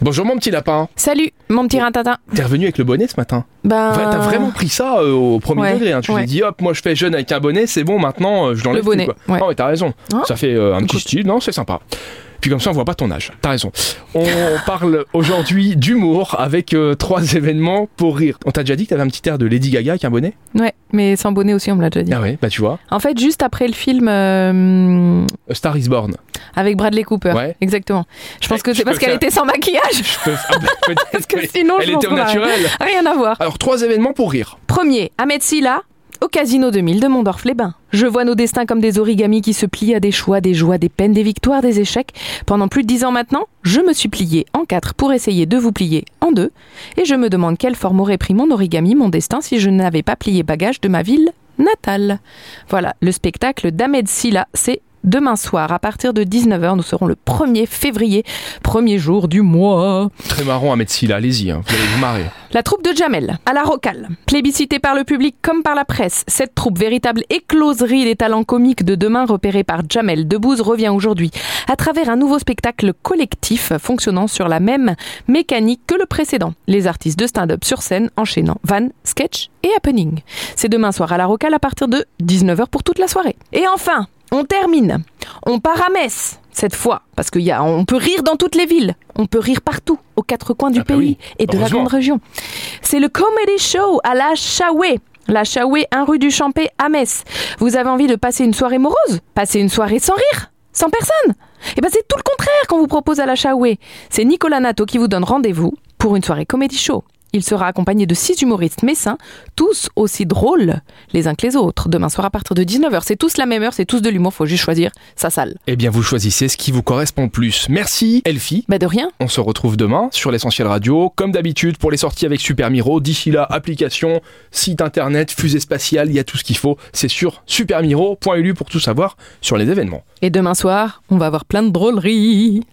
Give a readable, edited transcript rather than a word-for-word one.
Bonjour mon petit lapin. Salut, mon petit rintintin. T'es revenu avec le bonnet ce matin? T'as vraiment pris ça au premier degré, hein. Tu t'es dit hop, moi je fais jeune avec un bonnet, c'est bon, maintenant je l'enlève le bonnet, plus, quoi. Non mais t'as raison, ça fait un petit style, non c'est sympa. Puis comme ça on voit pas ton âge, t'as raison. On parle aujourd'hui d'humour avec 3 événements pour rire. On t'a déjà dit que t'avais un petit air de Lady Gaga avec un bonnet? Ouais, mais sans bonnet aussi on me l'a déjà dit. Ah ouais, bah tu vois. En fait juste après le film A Star is Born. Avec Bradley Cooper, ouais. Exactement. Je pense que c'est parce qu'elle était sans maquillage. Parce que sinon elle était au naturel. Rien à voir. Alors 3 événements pour rire. Premier, Ahmed Silla, au Casino 2000 de Mondorf-les-Bains. Je vois nos destins comme des origamis qui se plient à des choix, des joies, des peines, des victoires, des échecs. Pendant plus de 10 ans maintenant, je me suis plié en 4 pour essayer de vous plier en 2. Et je me demande quelle forme aurait pris mon origami, mon destin, si je n'avais pas plié bagage de ma ville natale. Voilà, le spectacle d'Ahmed Silla, c'est demain soir, à partir de 19h, nous serons le 1er février, premier jour du mois. Très marrant Ahmed Silla, allez-y, hein, vous allez vous marrer. La troupe de Jamel, à la Rocale. Plébiscitée par le public comme par la presse, cette troupe, véritable écloserie des talents comiques de demain repérés par Jamel Debbouze, revient aujourd'hui à travers un nouveau spectacle collectif fonctionnant sur la même mécanique que le précédent. Les artistes de stand-up sur scène enchaînant vannes, sketch et happening. C'est demain soir à la Rocale à partir de 19h pour toute la soirée. Et enfin, on termine. On part à Metz, cette fois, parce on peut rire dans toutes les villes. On peut rire partout, aux 4 coins du pays et de la grande région. C'est le Comedy Show à la Chaoué. La Chaoué, 1 rue du Champé à Metz. Vous avez envie de passer une soirée morose? Passer une soirée sans rire? Sans personne? Eh ben c'est tout le contraire qu'on vous propose à la Chaoué. C'est Nicolas Nato qui vous donne rendez-vous pour une soirée Comedy Show. Il sera accompagné de 6 humoristes messins, tous aussi drôles les uns que les autres. Demain soir à partir de 19h, c'est tous la même heure, c'est tous de l'humour, faut juste choisir sa salle. Eh bien vous choisissez ce qui vous correspond le plus. Merci Elfie. Bah de rien. On se retrouve demain sur l'Essentiel Radio, comme d'habitude pour les sorties avec Super Miro. D'ici là, application, site internet, fusée spatiale, il y a tout ce qu'il faut. C'est sur supermiro.lu pour tout savoir sur les événements. Et demain soir, on va avoir plein de drôleries.